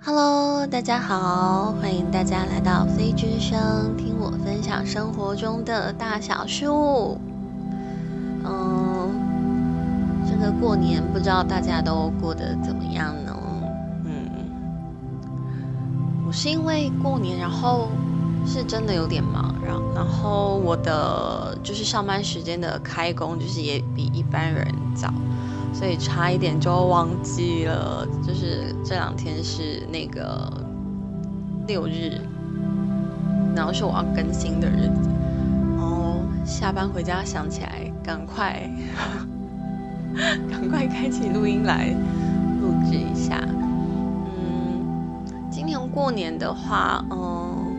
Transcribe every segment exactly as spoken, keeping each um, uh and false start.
Hello， 大家好，欢迎大家来到飞之声，听我分享生活中的大小事物。嗯，这个过年不知道大家都过得怎么样呢？嗯，我是因为过年，然后是真的有点忙，然然后我的就是上班时间的开工，就是也比一般人早。所以差一点就忘记了，就是这两天是那个六日，然后是我要更新的日子，然后下班回家想起来，赶快赶快开启录音来录制一下。嗯，今年过年的话，嗯，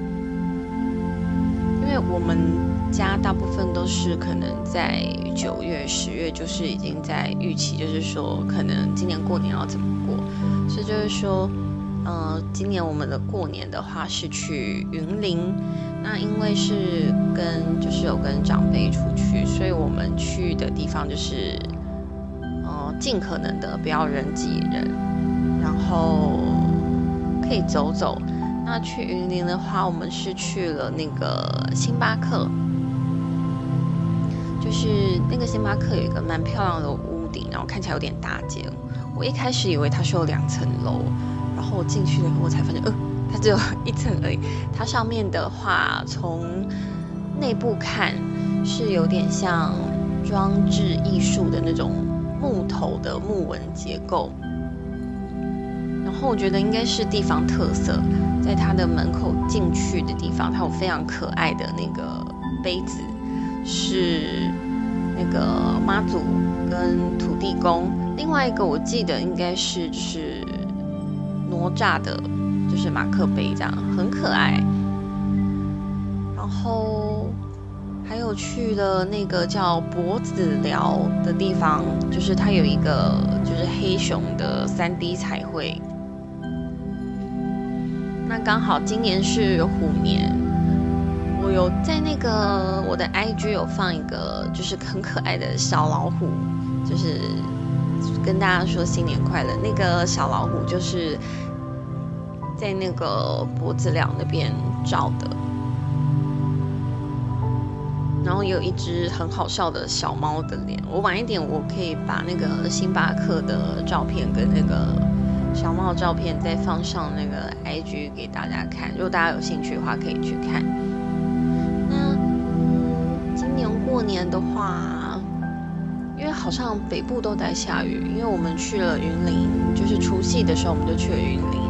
因为我们家大部分都是可能在九月、十月，就是已经在预期，就是说可能今年过年要怎么过，所以就是说，呃，今年我们的过年的话是去云林，那因为是跟就是有跟长辈出去，所以我们去的地方就是，呃，尽可能的不要人挤人，然后可以走走。那去云林的话，我们是去了那个星巴克。就是那个星巴克有一个蛮漂亮的屋顶，然后看起来有点大间。我一开始以为它是有两层楼，然后我进去了以后，我才发现，呃，它只有一层而已。它上面的话，从内部看是有点像装置艺术的那种木头的木纹结构。然后我觉得应该是地方特色，在它的门口进去的地方，它有非常可爱的那个杯子。是那个妈祖跟土地公，另外一个我记得应该是就是哪吒的，就是马克杯这样，很可爱。然后还有去了那个叫脖子寮的地方，就是它有一个就是黑熊的 三 D 彩绘。那刚好今年是虎年。我有在那个我的 I G 有放一个就是很可爱的小老虎，就是跟大家说新年快乐。那个小老虎就是在那个脖子寮那边照的，然后有一只很好笑的小猫的脸。我晚一点我可以把那个星巴克的照片跟那个小猫的照片再放上那个 I G 给大家看，如果大家有兴趣的话可以去看。过年的话，因为好像北部都在下雨，因为我们去了云林，就是除夕的时候我们就去了云林。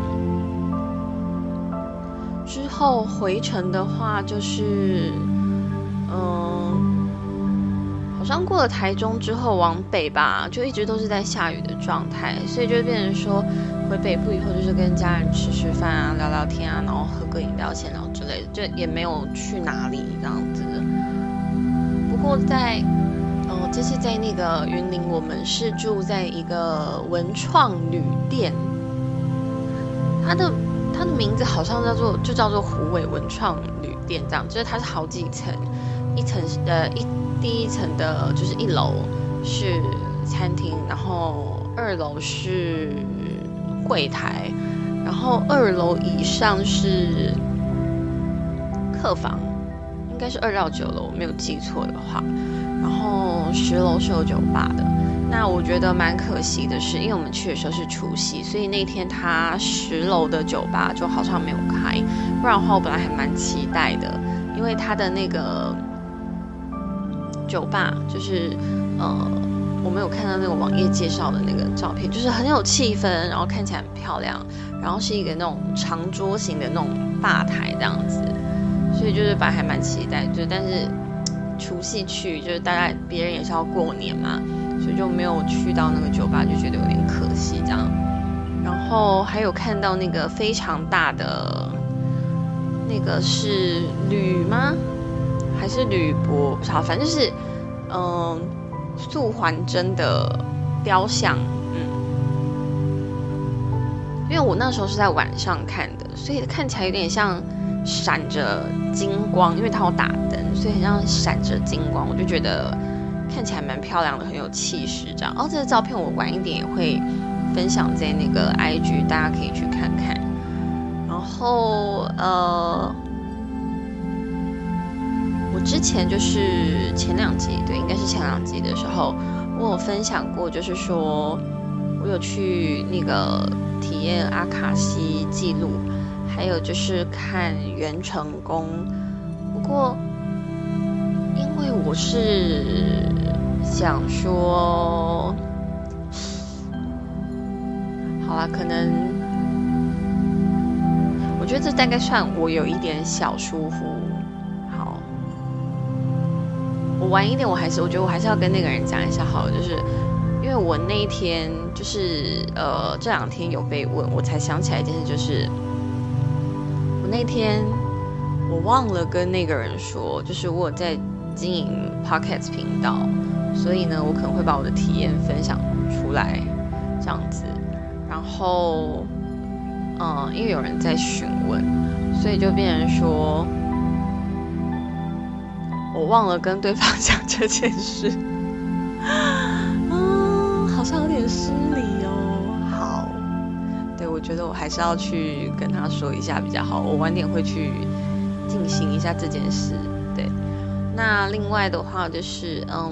之后回程的话，就是嗯、呃，好像过了台中之后往北吧，就一直都是在下雨的状态，所以就变成说回北部以后就是跟家人吃吃饭啊、聊聊天啊，然后喝个饮料、闲聊之类的，就也没有去哪里这样子。不过在，呃，这次在那个云林，我们是住在一个文创旅店，它的它的名字好像叫做就叫做虎尾文创旅店这样，就是它是好几层，一层呃一第一层的就是一楼是餐厅，然后二楼是柜台，然后二楼以上是客房。应该是二到九楼，我没有记错的话，然后十楼是有酒吧的。那我觉得蛮可惜的是，因为我们去的时候是除夕，所以那天它十楼的酒吧就好像没有开，不然的话我本来还蛮期待的，因为它的那个酒吧就是呃，我们有看到那个网页介绍的那个照片，就是很有气氛，然后看起来很漂亮，然后是一个那种长桌型的那种吧台这样子。所以就是本来还蛮期待，就但是除夕去，就是大概别人也是要过年嘛，所以就没有去到那个酒吧，就觉得有点可惜这样。然后还有看到那个非常大的，那个是铝吗？还是铝箔？好，反正就是嗯素还真的雕像，嗯，因为我那时候是在晚上看的，所以看起来有点像。闪着金光，因为它有打灯，所以很像闪着金光，我就觉得看起来蛮漂亮的，很有气势这样。哦，这个照片我晚一点也会分享在那个 I G， 大家可以去看看。然后呃，我之前就是前两集，对，应该是前两集的时候，我有分享过，就是说我有去那个体验阿卡西记录，还有就是看元成功。不过因为我是想说，好啦，可能我觉得这大概算我有一点小疏忽。好，我晚一点，我还是我觉得我还是要跟那个人讲一下好了，就是因为我那一天就是呃这两天有被问，我才想起来一件事，就是我那天我忘了跟那个人说，就是我有在经营 Podcast 频道，所以呢，我可能会把我的体验分享出来，这样子。然后，嗯，因为有人在询问，所以就变成说，我忘了跟对方讲这件事，嗯，好像有点失礼哦。好，对，我觉得我还是要去跟他说一下比较好。我晚点会去进行一下这件事。对，那另外的话就是，嗯。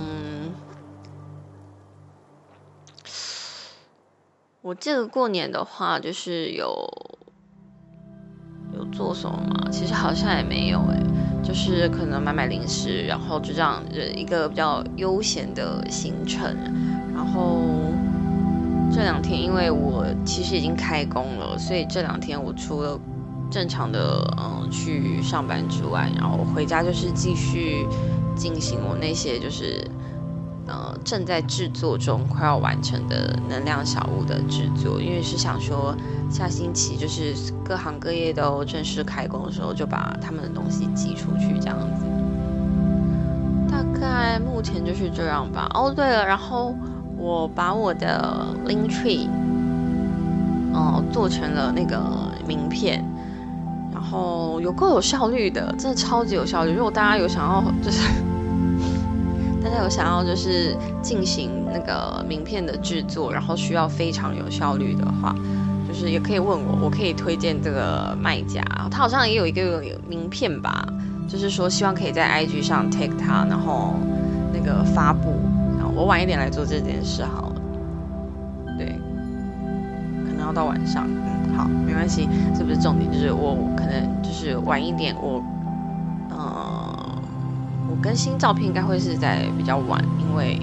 我这个过年的话，就是有有做什么吗？其实好像也没有哎、欸，就是可能买买零食，然后就这样一个比较悠闲的行程。然后这两天，因为我其实已经开工了，所以这两天我除了正常的嗯去上班之外，然后回家就是继续进行我那些就是。呃，正在制作中快要完成的能量小屋的制作，因为是想说下星期就是各行各业都正式开工的时候，就把他们的东西寄出去，这样子。大概目前就是这样吧。哦，对了，然后我把我的 Linktree， 哦、呃，做成了那个名片，然后有够有效率的，真的超级有效率。如果大家有想要就是。大家有想要就是进行那个名片的制作，然后需要非常有效率的话，就是也可以问我，我可以推荐这个卖家。他好像也有一个名片吧，就是说希望可以在 I G 上 tag 他，然后那个发布。然后我晚一点来做这件事好了。对，可能要到晚上。嗯，好，没关系，这不是重点，就是我可能就是晚一点我，呃。我更新照片应该会是在比较晚，因为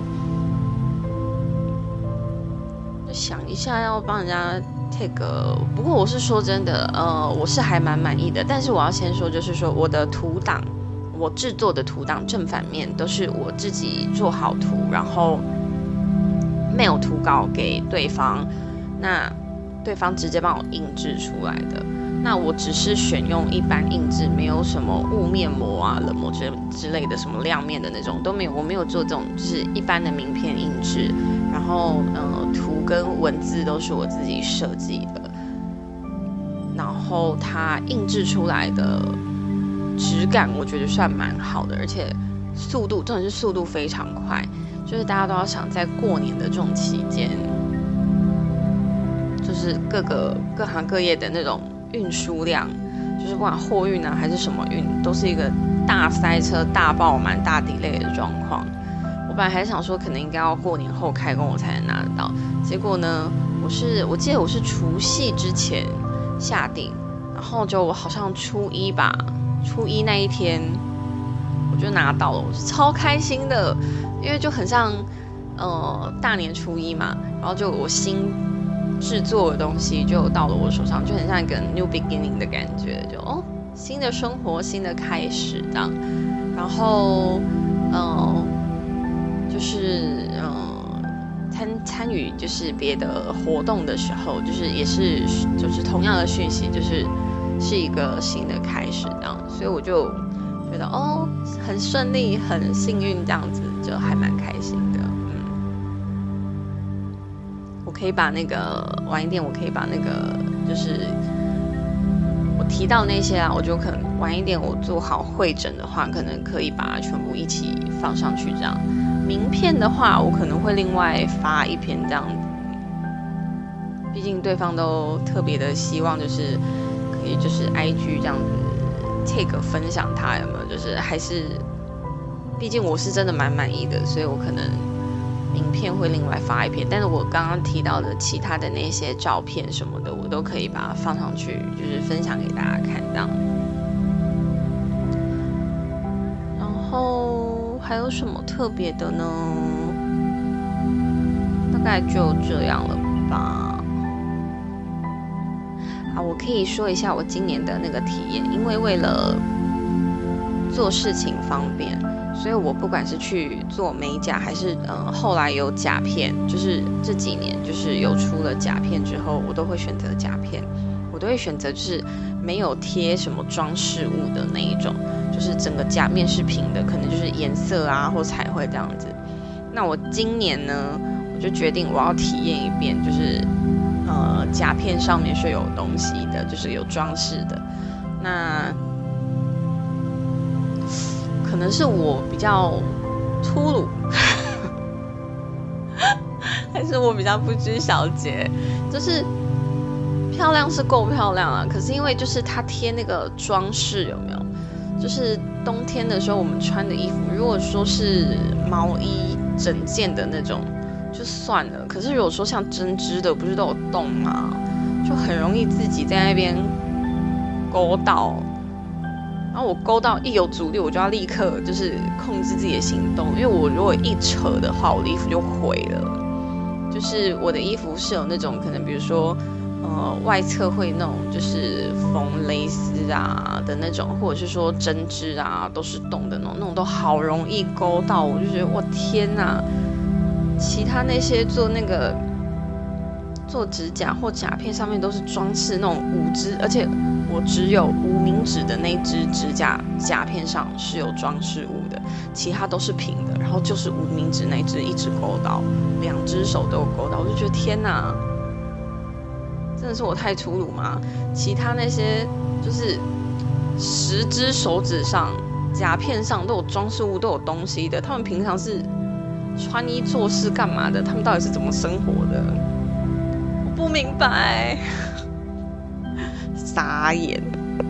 想一下要帮人家 take， 不过我是说真的，呃，我是还蛮满意的。但是我要先说，就是说我的图档，我制作的图档正反面都是我自己做好图，然后mail图稿给对方，那对方直接帮我印制出来的。那我只是选用一般印制，没有什么雾面膜啊、冷膜之之类的，什么亮面的那种都没有，我没有做这种，就是一般的名片印制。然后，呃，图跟文字都是我自己设计的。然后它印制出来的质感，我觉得算蛮好的，而且速度真的是速度非常快。就是大家都要想在过年的这种期间，就是各个各行各业的那种。运输量，就是不管货运啊还是什么运，都是一个大塞车、大爆满、大 delay 的状况。我本来还想说，可能应该要过年后开工我才能拿得到，结果呢，我是我记得我是除夕之前下定，然后就我好像初一吧，初一那一天我就拿到了，我是超开心的，因为就很像呃大年初一嘛，然后就我新。制作的东西就到了我手上，就很像一个 new beginning 的感觉，就哦，新的生活，新的开始这样。然后，嗯、呃，就是嗯、呃，参参与就是别的活动的时候，就是也是就是同样的讯息，就是是一个新的开始这样。所以我就觉得哦，很顺利，很幸运这样子，就还蛮开心的。我可以把那个晚一点，我可以把那个就是我提到那些啊，我就可能晚一点我做好汇整的话，可能可以把它全部一起放上去这样。名片的话，我可能会另外发一篇这样毕竟对方都特别的希望就是可以就是 I G 这样子 take 分享他，有没有？就是还是，毕竟我是真的蛮满意的，所以我可能名片会另外发一篇，但是我刚刚提到的其他的那些照片什么的，我都可以把它放上去，就是分享给大家看这样。然后还有什么特别的呢？大概就这样了吧。好，我可以说一下我今年的那个体验，因为为了做事情方便，所以我不管是去做美甲，还是呃后来有甲片，就是这几年就是有出了甲片之后，我都会选择甲片，我都会选择就是没有贴什么装饰物的那一种，就是整个甲面是平的，可能就是颜色啊或彩绘这样子。那我今年呢，我就决定我要体验一遍，就是呃甲片上面是有东西的，就是有装饰的。那可能是我比较粗鲁，还是我比较不拘小节，就是漂亮是够漂亮啊，可是因为就是它贴那个装饰有没有，就是冬天的时候我们穿的衣服，如果说是毛衣整件的那种就算了，可是如果说像针织的不是都有洞吗，就很容易自己在那边勾到，然后我勾到一有阻力，我就要立刻就是控制自己的行动，因为我如果一扯的话，我的衣服就毁了。就是我的衣服是有那种可能，比如说，呃，外侧会那种就是缝蕾丝啊的那种，或者是说针织啊都是洞的那种，那种都好容易勾到，我就觉得我天哪！其他那些做那个做指甲或甲片上面都是装饰那种五支，而且我只有无名指的那支指甲甲片上是有装饰物的，其他都是平的，然后就是无名指那支一直勾到，两只手都有勾到，我就觉得天哪，真的是我太粗鲁吗？其他那些就是十只手指上甲片上都有装饰物都有东西的，他们平常是穿衣做事干嘛的？他们到底是怎么生活的？我不明白。傻眼。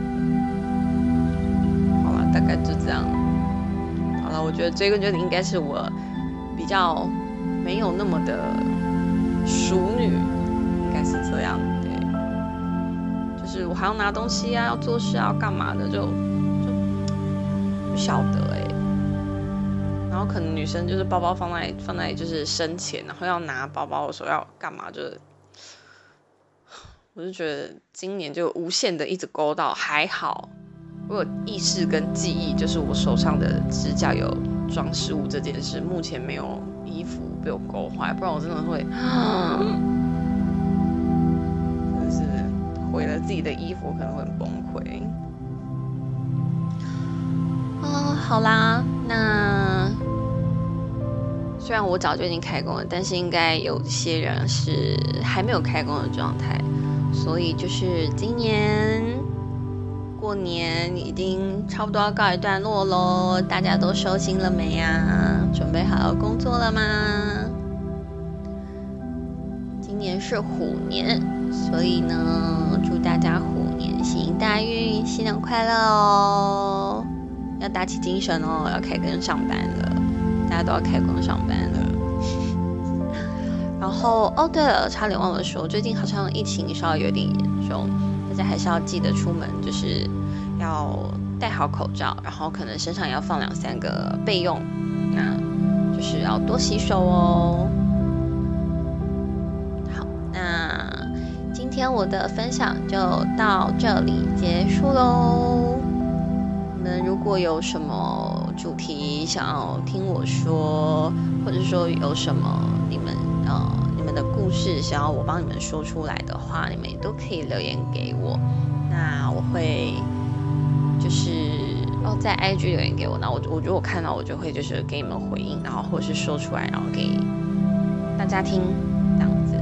好了，大概就这样。好了，我觉得这个就应该是我比较没有那么的淑女，应该是这样。对，就是我还要拿东西啊，要做事啊，要干嘛的，就就不晓得哎、欸。然后可能女生就是包包放在放在就是身前，然后要拿包包的时候要干嘛，就是我就觉得今年就无限的一直勾到，还好我有意识跟记忆，就是我手上的指甲有装饰物这件事，目前没有衣服被我勾坏，不然我真的会，真的是毁了自己的衣服，可能会很崩溃。啊，好啦，那虽然我早就已经开工了，但是应该有些人是还没有开工的状态，所以就是今年过年已经差不多要告一段落咯，大家都收心了没啊？准备好要工作了吗？今年是虎年，所以呢，祝大家虎年行大运，新年快乐哦！要打起精神哦，要开工上班了，大家都要开工上班了。然后哦，对了，差点忘了说，最近好像疫情稍微有点严重，大家还是要记得出门，就是要戴好口罩，然后可能身上也要放两三个备用，那就是要多洗手哦。好，那今天我的分享就到这里结束喽。你们如果有什么主题想要听我说，或者说有什么你们呃你们的故事想要我帮你们说出来的话，你们也都可以留言给我。那我会就是哦在 I G 留言给我，那我我如果看到我就会就是给你们回应，然后或者是说出来，然后给大家听这样子。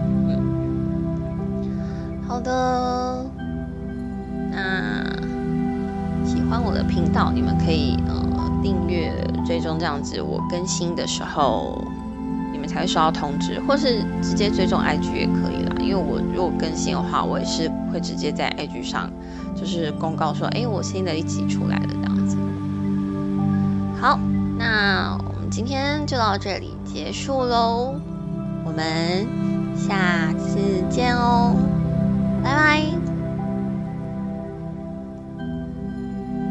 嗯，好的，那喜欢我的频道，你们可以呃订阅追踪，这样子我更新的时候你们才会收到通知，或是直接追踪 I G 也可以啦，因因为我如果更新的话，我也是会直接在 I G 上就是公告说，哎，我新的一集出来了这样子。好，那我们今天就到这里结束喽，我们下次见哦。